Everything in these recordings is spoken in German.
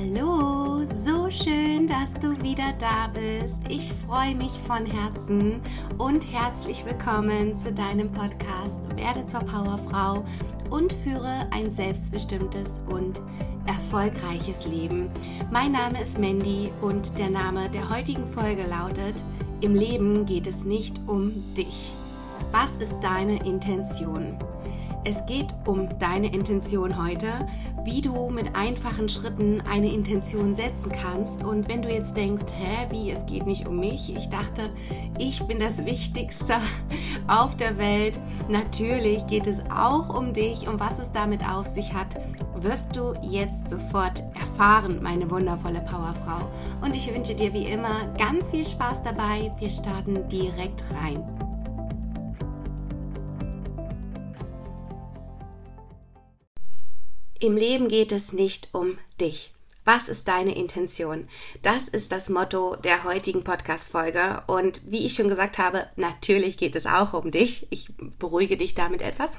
Hallo, so schön, dass du wieder da bist. Ich freue mich von Herzen und herzlich willkommen zu deinem Podcast Werde zur Powerfrau und führe ein selbstbestimmtes und erfolgreiches Leben. Mein Name ist Mandy und der Name der heutigen Folge lautet: Im Leben geht es nicht um dich. Was ist deine Intention? Es geht um deine Intention heute, wie du mit einfachen Schritten eine Intention setzen kannst. Und wenn du jetzt denkst, es geht nicht um mich? Ich dachte, ich bin das Wichtigste auf der Welt. Natürlich geht es auch um dich. Und was es damit auf sich hat, wirst du jetzt sofort erfahren, meine wundervolle Powerfrau. Und ich wünsche dir wie immer ganz viel Spaß dabei. Wir starten direkt rein. Im Leben geht es nicht um dich. Was ist deine Intention? Das ist das Motto der heutigen Podcast-Folge. Und wie ich schon gesagt habe, natürlich geht es auch um dich. Ich beruhige dich damit etwas.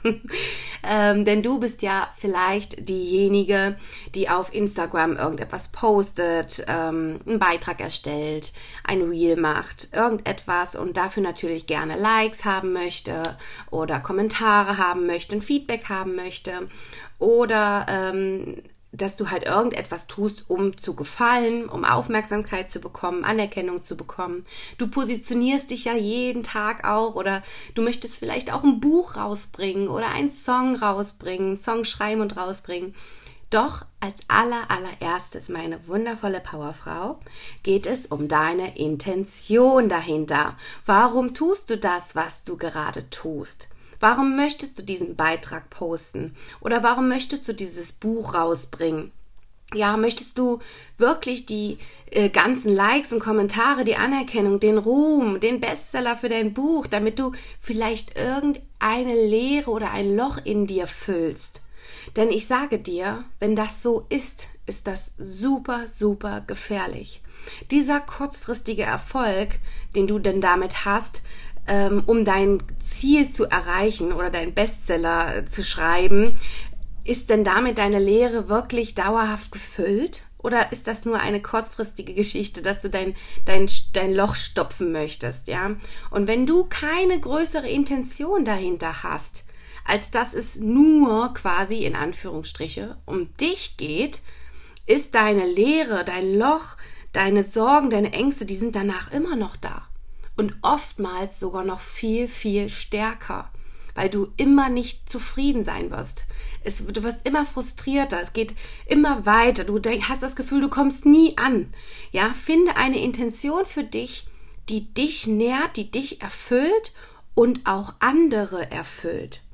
Denn du bist ja vielleicht diejenige, die auf Instagram irgendetwas postet, einen Beitrag erstellt, ein Reel macht, irgendetwas und dafür natürlich gerne Likes haben möchte oder Kommentare haben möchte, ein Feedback haben möchte oder dass du halt irgendetwas tust, um zu gefallen, um Aufmerksamkeit zu bekommen, Anerkennung zu bekommen. Du positionierst dich ja jeden Tag auch oder du möchtest vielleicht auch ein Buch rausbringen oder einen Song rausbringen, einen Song schreiben und rausbringen. Doch als allererstes, meine wundervolle Powerfrau, geht es um deine Intention dahinter. Warum tust du das, was du gerade tust? Warum möchtest du diesen Beitrag posten? Oder warum möchtest du dieses Buch rausbringen? Ja, möchtest du wirklich die ganzen Likes und Kommentare, die Anerkennung, den Ruhm, den Bestseller für dein Buch, damit du vielleicht irgendeine Leere oder ein Loch in dir füllst? Denn ich sage dir, wenn das so ist, ist das super, super gefährlich. Dieser kurzfristige Erfolg, den du denn damit hast, um dein Ziel zu erreichen oder deinen Bestseller zu schreiben, ist denn damit deine Lehre wirklich dauerhaft gefüllt? Oder ist das nur eine kurzfristige Geschichte, dass du dein Loch stopfen möchtest, ja? Und wenn du keine größere Intention dahinter hast, als dass es nur quasi in Anführungsstriche um dich geht, ist deine Lehre, dein Loch, deine Sorgen, deine Ängste, die sind danach immer noch da. Und oftmals sogar noch viel, viel stärker, weil du immer nicht zufrieden sein wirst. Du wirst immer frustrierter, es geht immer weiter, du hast das Gefühl, du kommst nie an. Ja, finde eine Intention für dich, die dich nährt, die dich erfüllt und auch andere erfüllt.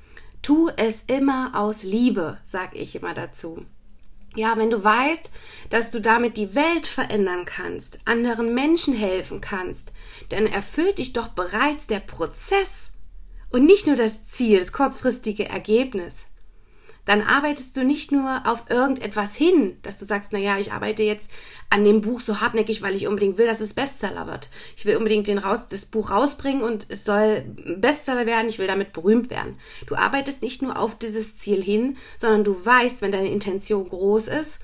Tu es immer aus Liebe, sage ich immer dazu. Ja, wenn du weißt, dass du damit die Welt verändern kannst, anderen Menschen helfen kannst, dann erfüllt dich doch bereits der Prozess und nicht nur das Ziel, das kurzfristige Ergebnis. Dann arbeitest du nicht nur auf irgendetwas hin, dass du sagst, ich arbeite jetzt an dem Buch so hartnäckig, weil ich unbedingt will, dass es Bestseller wird. Ich will unbedingt das Buch rausbringen und es soll Bestseller werden, ich will damit berühmt werden. Du arbeitest nicht nur auf dieses Ziel hin, sondern du weißt, wenn deine Intention groß ist,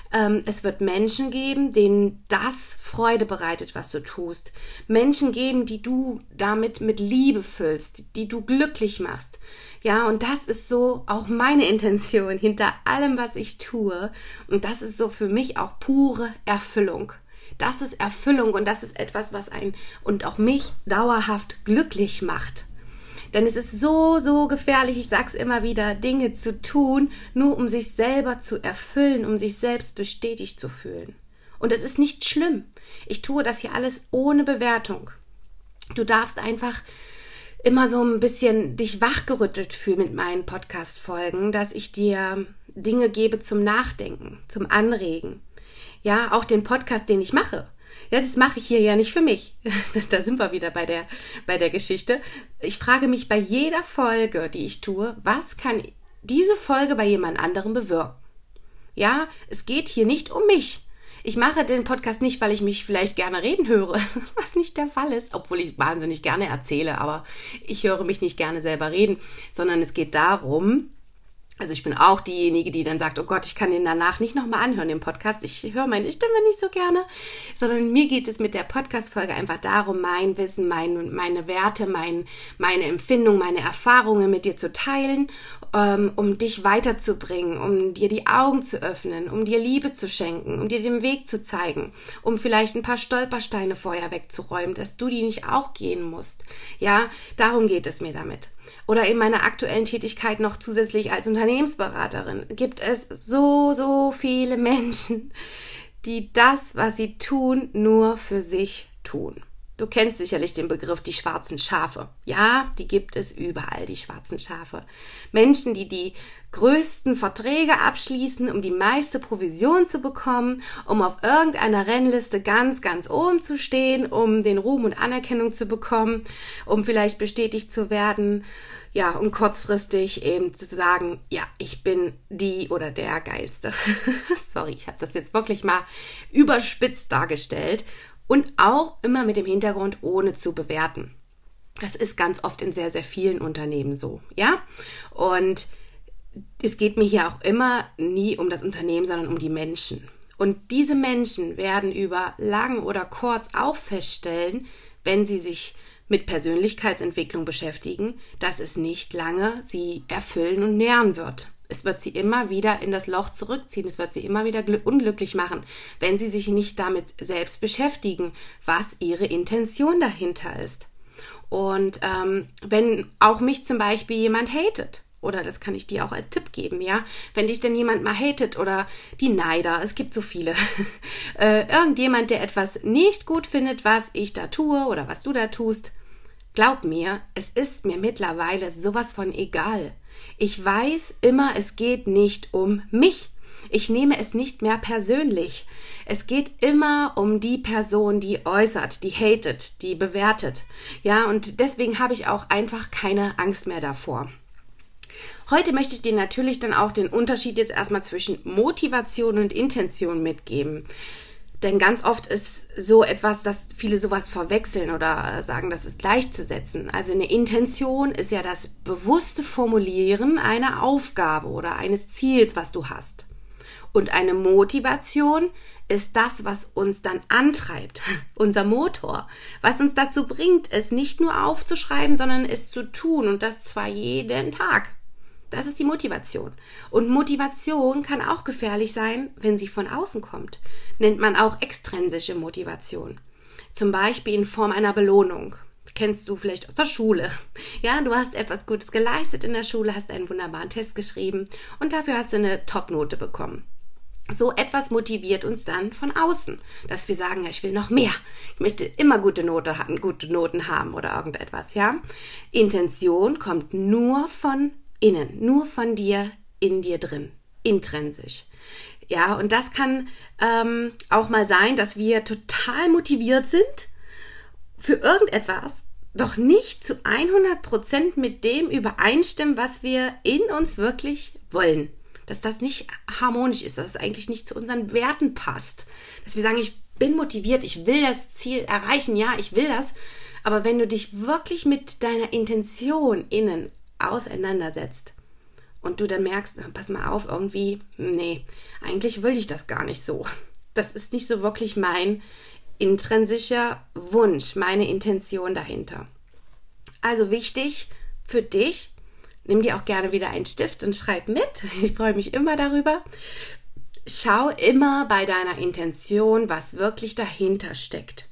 es wird Menschen geben, denen das Freude bereitet, was du tust. Menschen geben, die du damit mit Liebe füllst, die du glücklich machst. Ja, und das ist so auch meine Intention hinter allem, was ich tue. Und das ist so für mich auch pure Erfüllung. Das ist Erfüllung und das ist etwas, was einen und auch mich dauerhaft glücklich macht. Denn es ist so, so gefährlich, ich sag's immer wieder, Dinge zu tun, nur um sich selber zu erfüllen, um sich selbst bestätigt zu fühlen. Und es ist nicht schlimm. Ich tue das hier alles ohne Bewertung. Du darfst einfach immer so ein bisschen dich wachgerüttelt fühlen mit meinen Podcast-Folgen, dass ich dir Dinge gebe zum Nachdenken, zum Anregen. Ja, auch den Podcast, den ich mache. Ja, das mache ich hier ja nicht für mich. Da sind wir wieder bei der Geschichte. Ich frage mich bei jeder Folge, die ich tue, was kann diese Folge bei jemand anderem bewirken? Ja, es geht hier nicht um mich. Ich mache den Podcast nicht, weil ich mich vielleicht gerne reden höre, was nicht der Fall ist, obwohl ich wahnsinnig gerne erzähle, aber ich höre mich nicht gerne selber reden, sondern es geht darum, Also ich bin auch diejenige, die dann sagt, oh Gott, ich kann den danach nicht nochmal anhören, den Podcast. Ich höre meine Stimme nicht so gerne, sondern mir geht es mit der Podcast-Folge einfach darum, mein Wissen, meine Werte, meine Empfindung, meine Erfahrungen mit dir zu teilen, um dich weiterzubringen, um dir die Augen zu öffnen, um dir Liebe zu schenken, um dir den Weg zu zeigen, um vielleicht ein paar Stolpersteine vorher wegzuräumen, dass du die nicht auch gehen musst. Ja, darum geht es mir damit. Oder in meiner aktuellen Tätigkeit noch zusätzlich als Unternehmensberaterin gibt es so viele Menschen, die das, was sie tun, nur für sich tun. Du kennst sicherlich den Begriff die schwarzen Schafe. Ja, die gibt es überall, die schwarzen Schafe. Menschen, die die größten Verträge abschließen, um die meiste Provision zu bekommen, um auf irgendeiner Rennliste ganz oben zu stehen, um den Ruhm und Anerkennung zu bekommen, um vielleicht bestätigt zu werden, ja, um kurzfristig eben zu sagen, ja, ich bin die oder der Geilste. Sorry, ich habe das jetzt wirklich mal überspitzt dargestellt und auch immer mit dem Hintergrund, ohne zu bewerten. Das ist ganz oft in sehr vielen Unternehmen so, ja, und es geht mir hier auch immer nie um das Unternehmen, sondern um die Menschen. Und diese Menschen werden über lang oder kurz auch feststellen, wenn sie sich mit Persönlichkeitsentwicklung beschäftigen, dass es nicht lange sie erfüllen und nähren wird. Es wird sie immer wieder in das Loch zurückziehen, es wird sie immer wieder unglücklich machen, wenn sie sich nicht damit selbst beschäftigen, was ihre Intention dahinter ist. Und wenn auch mich zum Beispiel jemand hatet, oder das kann ich dir auch als Tipp geben, ja, wenn dich denn jemand mal hatet oder die Neider, es gibt so viele, irgendjemand, der etwas nicht gut findet, was ich da tue oder was du da tust, glaub mir, es ist mir mittlerweile sowas von egal. Ich weiß immer, es geht nicht um mich. Ich nehme es nicht mehr persönlich. Es geht immer um die Person, die äußert, die hatet, die bewertet. Ja, und deswegen habe ich auch einfach keine Angst mehr davor. Heute möchte ich dir natürlich dann auch den Unterschied jetzt erstmal zwischen Motivation und Intention mitgeben. Denn ganz oft ist so etwas, dass viele sowas verwechseln oder sagen, das ist gleichzusetzen. Also eine Intention ist ja das bewusste Formulieren einer Aufgabe oder eines Ziels, was du hast. Und eine Motivation ist das, was uns dann antreibt, unser Motor, was uns dazu bringt, es nicht nur aufzuschreiben, sondern es zu tun und das zwar jeden Tag. Das ist die Motivation. Und Motivation kann auch gefährlich sein, wenn sie von außen kommt. Nennt man auch extrinsische Motivation. Zum Beispiel in Form einer Belohnung. Kennst du vielleicht aus der Schule. Ja, du hast etwas Gutes geleistet in der Schule, hast einen wunderbaren Test geschrieben und dafür hast du eine Top-Note bekommen. So etwas motiviert uns dann von außen, dass wir sagen, ja, ich will noch mehr. Ich möchte immer gute Noten haben oder irgendetwas, ja. Intention kommt nur von innen, nur von dir, in dir drin, intrinsisch. Ja, und das kann auch mal sein, dass wir total motiviert sind für irgendetwas, doch nicht zu 100% mit dem übereinstimmen, was wir in uns wirklich wollen. Dass das nicht harmonisch ist, dass es eigentlich nicht zu unseren Werten passt. Dass wir sagen, ich bin motiviert, ich will das Ziel erreichen, ja, ich will das. Aber wenn du dich wirklich mit deiner Intention innen auseinandersetzt und du dann merkst, pass mal auf, irgendwie, nee, eigentlich will ich das gar nicht so. Das ist nicht so wirklich mein intrinsischer Wunsch, meine Intention dahinter. Also wichtig für dich, nimm dir auch gerne wieder einen Stift und schreib mit. Ich freue mich immer darüber. Schau immer bei deiner Intention, was wirklich dahinter steckt.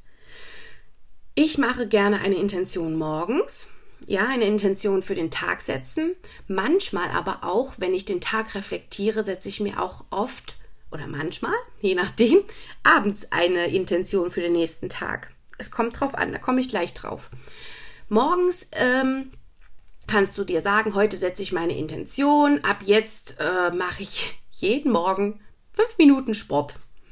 Ich mache gerne eine Intention morgens. Ja, eine Intention für den Tag setzen. Manchmal aber auch, wenn ich den Tag reflektiere, setze ich mir auch oft oder manchmal, je nachdem, abends eine Intention für den nächsten Tag. Es kommt drauf an, da komme ich gleich drauf. Morgens kannst du dir sagen, heute setze ich meine Intention, ab jetzt mache ich jeden Morgen 5 Minuten Sport.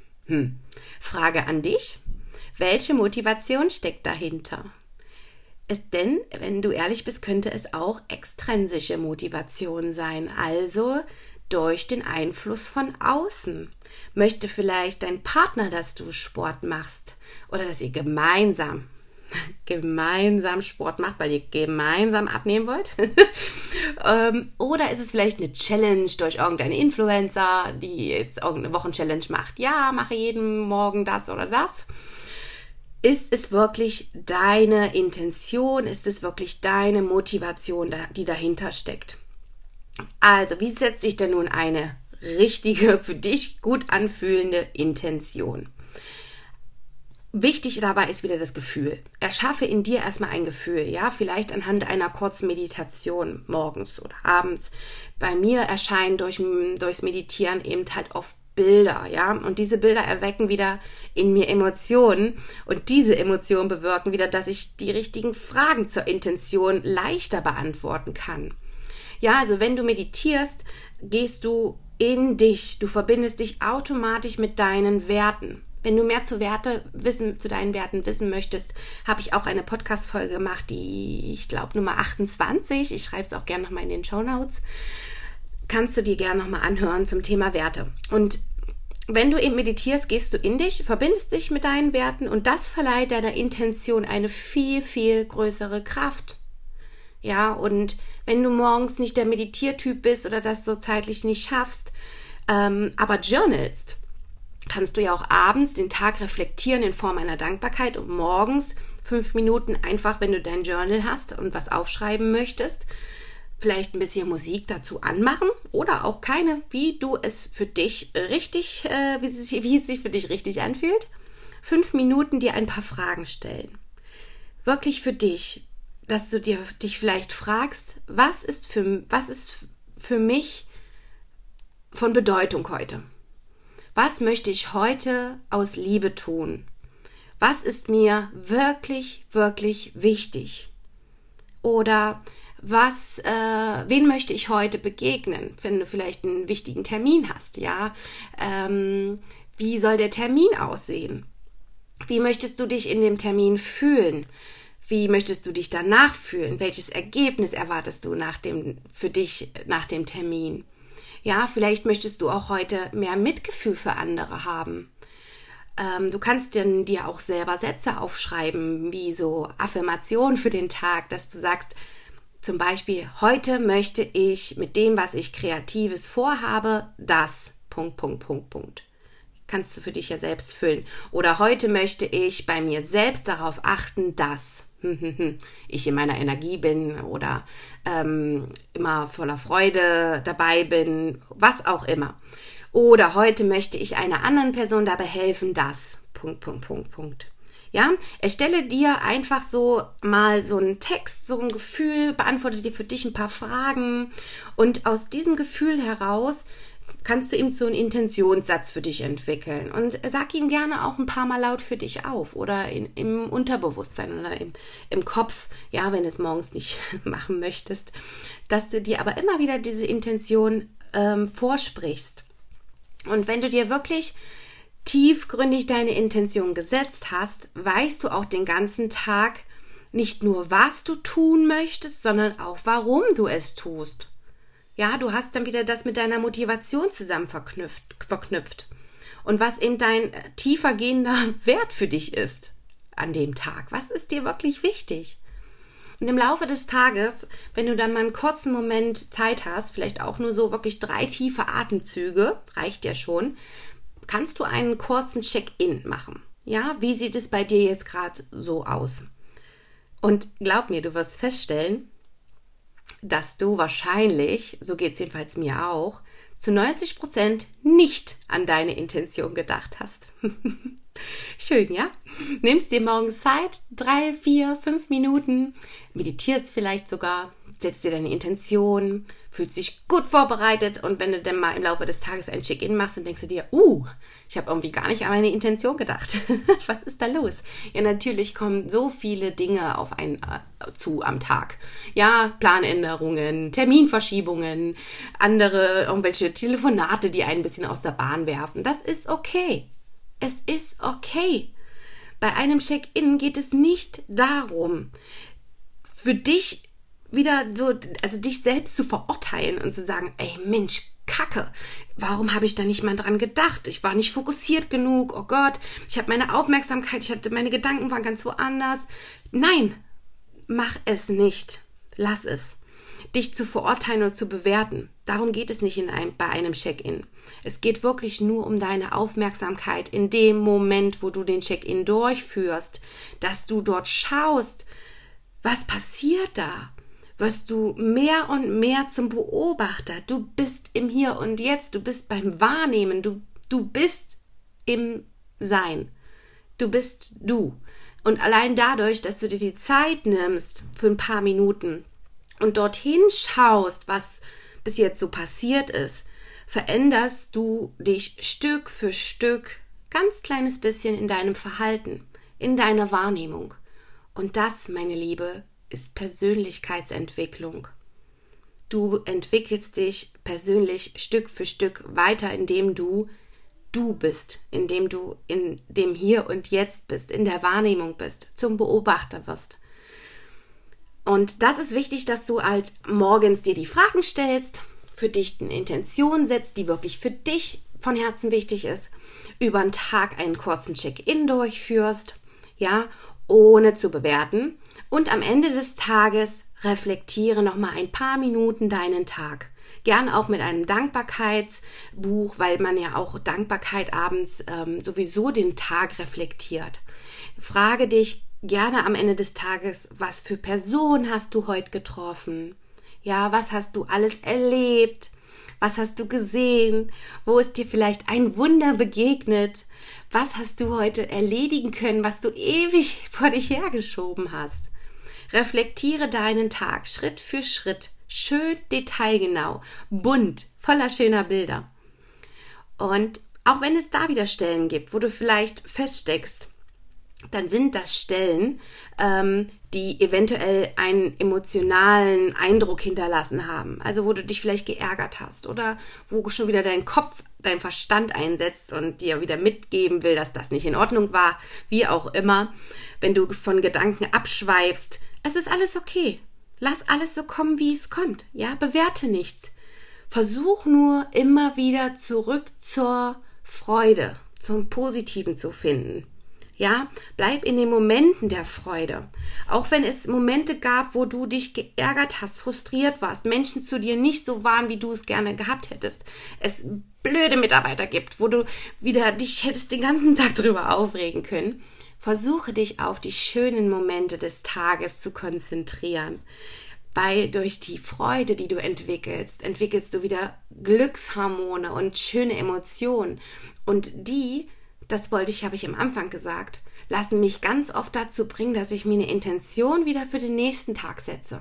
Frage an dich, welche Motivation steckt dahinter? Denn, wenn du ehrlich bist, könnte es auch extrinsische Motivation sein, also durch den Einfluss von außen. Möchte vielleicht dein Partner, dass du Sport machst oder dass ihr gemeinsam gemeinsam Sport macht, weil ihr gemeinsam abnehmen wollt. Oder ist es vielleicht eine Challenge durch irgendeine Influencer, die jetzt irgendeine Wochenchallenge macht. Ja, mache jeden Morgen das oder das. Ist es wirklich deine Intention? Ist es wirklich deine Motivation, die dahinter steckt? Also, wie setzt sich denn nun eine richtige, für dich gut anfühlende Intention? Wichtig dabei ist wieder das Gefühl. Erschaffe in dir erstmal ein Gefühl, ja, vielleicht anhand einer kurzen Meditation morgens oder abends. Bei mir erscheinen durchs Meditieren eben halt oft Bilder, ja, und diese Bilder erwecken wieder in mir Emotionen und diese Emotionen bewirken wieder, dass ich die richtigen Fragen zur Intention leichter beantworten kann. Ja, also wenn du meditierst, gehst du in dich, du verbindest dich automatisch mit deinen Werten. Wenn du mehr zu deinen Werten wissen möchtest, habe ich auch eine Podcast-Folge gemacht, die, ich glaube, Nummer 28. Ich schreibe es auch gerne nochmal in den Shownotes. Kannst du dir gerne nochmal anhören zum Thema Werte. Und wenn du eben meditierst, gehst du in dich, verbindest dich mit deinen Werten und das verleiht deiner Intention eine viel, viel größere Kraft. Ja, und wenn du morgens nicht der Meditiertyp bist oder das so zeitlich nicht schaffst, aber journalst, kannst du ja auch abends den Tag reflektieren in Form einer Dankbarkeit und morgens 5 Minuten einfach, wenn du dein Journal hast und was aufschreiben möchtest, vielleicht ein bisschen Musik dazu anmachen oder auch keine, wie du es für dich richtig, wie es sich für dich richtig anfühlt. 5 Minuten dir ein paar Fragen stellen. Wirklich für dich, dass du dich vielleicht fragst, was ist für mich von Bedeutung heute? Was möchte ich heute aus Liebe tun? Was ist mir wirklich, wirklich wichtig? Oder wen möchte ich heute begegnen, wenn du vielleicht einen wichtigen Termin hast, ja? Wie soll der Termin aussehen? Wie möchtest du dich in dem Termin fühlen? Wie möchtest du dich danach fühlen? Welches Ergebnis erwartest du für dich nach dem Termin? Ja, vielleicht möchtest du auch heute mehr Mitgefühl für andere haben. Du kannst dir auch selber Sätze aufschreiben, wie so Affirmationen für den Tag, dass du sagst, zum Beispiel, heute möchte ich mit dem, was ich Kreatives vorhabe, das, .. Kannst du für dich ja selbst füllen. Oder heute möchte ich bei mir selbst darauf achten, dass ich in meiner Energie bin oder immer voller Freude dabei bin, was auch immer. Oder heute möchte ich einer anderen Person dabei helfen, dass ... Ja, erstelle dir einfach so mal so einen Text, so ein Gefühl, beantworte dir für dich ein paar Fragen und aus diesem Gefühl heraus kannst du eben so einen Intentionssatz für dich entwickeln und sag ihn gerne auch ein paar Mal laut für dich auf oder im Unterbewusstsein oder im Kopf, ja, wenn du es morgens nicht machen möchtest, dass du dir aber immer wieder diese Intention vorsprichst. Und wenn du dir wirklich tiefgründig deine Intention gesetzt hast, weißt du auch den ganzen Tag nicht nur, was du tun möchtest, sondern auch, warum du es tust. Ja, du hast dann wieder das mit deiner Motivation zusammen verknüpft. Und was eben dein tiefer gehender Wert für dich ist an dem Tag. Was ist dir wirklich wichtig? Und im Laufe des Tages, wenn du dann mal einen kurzen Moment Zeit hast, vielleicht auch nur so wirklich 3 tiefe Atemzüge, reicht ja schon, kannst du einen kurzen Check-in machen. Ja, wie sieht es bei dir jetzt gerade so aus? Und glaub mir, du wirst feststellen, dass du wahrscheinlich, so geht es jedenfalls mir auch, zu 90% nicht an deine Intention gedacht hast. Schön, ja? Nimmst dir morgens Zeit, 3, 4, 5 Minuten, meditierst vielleicht sogar, setzt dir deine Intention, fühlst dich gut vorbereitet und wenn du dann mal im Laufe des Tages ein Check-in machst, dann denkst du dir, ich habe irgendwie gar nicht an meine Intention gedacht. Was ist da los? Ja, natürlich kommen so viele Dinge auf einen zu am Tag. Ja, Planänderungen, Terminverschiebungen, irgendwelche Telefonate, die einen ein bisschen aus der Bahn werfen. Das ist okay. Es ist okay. Bei einem Check-in geht es nicht darum, für dich wieder so, also dich selbst zu verurteilen und zu sagen, ey Mensch, Kacke. Warum habe ich da nicht mal dran gedacht? Ich war nicht fokussiert genug. Oh Gott, ich habe meine Aufmerksamkeit, meine Gedanken waren ganz woanders. Nein, mach es nicht. Lass es. Dich zu verurteilen oder zu bewerten. Darum geht es nicht bei einem Check-in. Es geht wirklich nur um deine Aufmerksamkeit in dem Moment, wo du den Check-in durchführst, dass du dort schaust, was passiert da? Wirst du mehr und mehr zum Beobachter. Du bist im Hier und Jetzt, du bist beim Wahrnehmen, du bist im Sein. Du bist du. Und allein dadurch, dass du dir die Zeit nimmst für ein paar Minuten und dorthin schaust, was bis jetzt so passiert ist, veränderst du dich Stück für Stück ganz kleines bisschen in deinem Verhalten, in deiner Wahrnehmung. Und das, meine Liebe, ist Persönlichkeitsentwicklung. Du entwickelst dich persönlich Stück für Stück weiter, indem du bist, indem du in dem Hier und Jetzt bist, in der Wahrnehmung bist, zum Beobachter wirst. Und das ist wichtig, dass du halt morgens dir die Fragen stellst, für dich eine Intention setzt, die wirklich für dich von Herzen wichtig ist, über den Tag einen kurzen Check-in durchführst, ja, ohne zu bewerten, und am Ende des Tages reflektiere nochmal ein paar Minuten deinen Tag. Gern auch mit einem Dankbarkeitsbuch, weil man ja auch Dankbarkeit abends sowieso den Tag reflektiert. Frage dich gerne am Ende des Tages, was für Person hast du heute getroffen? Ja, was hast du alles erlebt? Was hast du gesehen? Wo ist dir vielleicht ein Wunder begegnet? Was hast du heute erledigen können, was du ewig vor dich hergeschoben hast? Reflektiere deinen Tag Schritt für Schritt, schön detailgenau, bunt, voller schöner Bilder. Und auch wenn es da wieder Stellen gibt, wo du vielleicht feststeckst, dann sind das Stellen, die eventuell einen emotionalen Eindruck hinterlassen haben. Also wo du dich vielleicht geärgert hast oder wo schon wieder dein Kopf, dein Verstand einsetzt und dir wieder mitgeben will, dass das nicht in Ordnung war, wie auch immer. Wenn du von Gedanken abschweifst, es ist alles okay. Lass alles so kommen, wie es kommt. Ja, bewerte nichts. Versuch nur immer wieder zurück zur Freude, zum Positiven zu finden. Ja, bleib in den Momenten der Freude. Auch wenn es Momente gab, wo du dich geärgert hast, frustriert warst, Menschen zu dir nicht so waren, wie du es gerne gehabt hättest. Es blöde Mitarbeiter gibt, wo du wieder dich hättest den ganzen Tag drüber aufregen können. Versuche dich auf die schönen Momente des Tages zu konzentrieren. Weil durch die Freude, die du entwickelst du wieder Glückshormone und schöne Emotionen. Und die, das habe ich am Anfang gesagt, lassen mich ganz oft dazu bringen, dass ich mir eine Intention wieder für den nächsten Tag setze.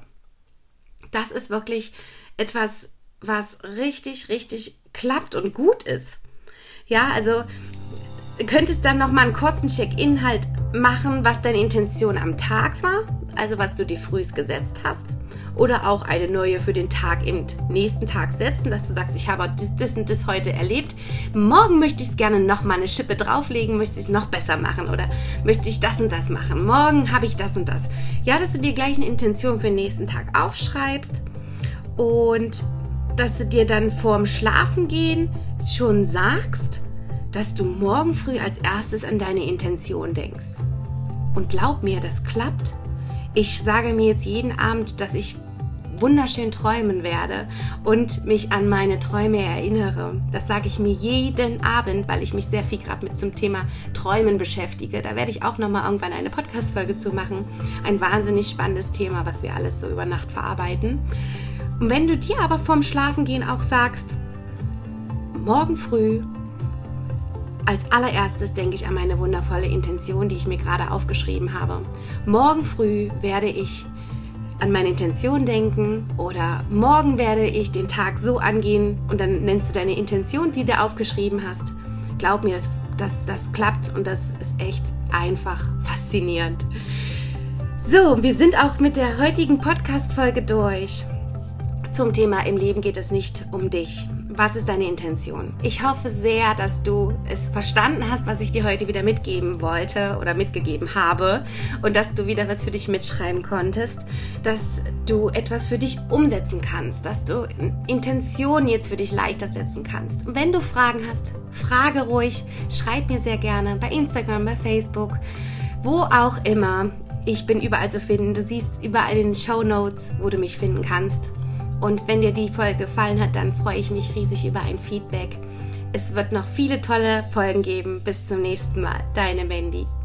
Das ist wirklich etwas, was richtig, richtig klappt und gut ist. Ja, also du könntest dann nochmal einen kurzen Check-in halt machen, was deine Intention am Tag war, also was du dir frühst gesetzt hast. Oder auch eine neue für den Tag im nächsten Tag setzen, dass du sagst, ich habe das und das heute erlebt. Morgen möchte ich es gerne nochmal eine Schippe drauflegen, möchte ich es noch besser machen oder möchte ich das und das machen. Morgen habe ich das und das. Ja, dass du dir gleich eine Intention für den nächsten Tag aufschreibst und dass du dir dann vorm Schlafengehen schon sagst, dass du morgen früh als erstes an deine Intention denkst. Und glaub mir, das klappt. Ich sage mir jetzt jeden Abend, dass ich wunderschön träumen werde und mich an meine Träume erinnere. Das sage ich mir jeden Abend, weil ich mich sehr viel gerade mit zum Thema Träumen beschäftige. Da werde ich auch nochmal irgendwann eine Podcast-Folge zu machen. Ein wahnsinnig spannendes Thema, was wir alles so über Nacht verarbeiten. Und wenn du dir aber vorm Schlafengehen auch sagst, morgen früh als allererstes denke ich an meine wundervolle Intention, die ich mir gerade aufgeschrieben habe. Morgen früh werde ich an meine Intention denken oder morgen werde ich den Tag so angehen und dann nennst du deine Intention, die du aufgeschrieben hast. Glaub mir, das klappt und das ist echt einfach faszinierend. So, wir sind auch mit der heutigen Podcast-Folge durch. Zum Thema im Leben geht es nicht um dich. was ist deine Intention? Ich hoffe sehr, dass du es verstanden hast, was ich dir heute wieder mitgeben wollte oder mitgegeben habe und dass du wieder was für dich mitschreiben konntest, dass du etwas für dich umsetzen kannst, dass du Intentionen jetzt für dich leichter setzen kannst. Und wenn du Fragen hast, frage ruhig, schreib mir sehr gerne bei Instagram, bei Facebook, wo auch immer. Ich bin überall zu finden. Du siehst überall in den Shownotes, wo du mich finden kannst. Und wenn dir die Folge gefallen hat, dann freue ich mich riesig über ein Feedback. Es wird noch viele tolle Folgen geben. Bis zum nächsten Mal. Deine Mandy.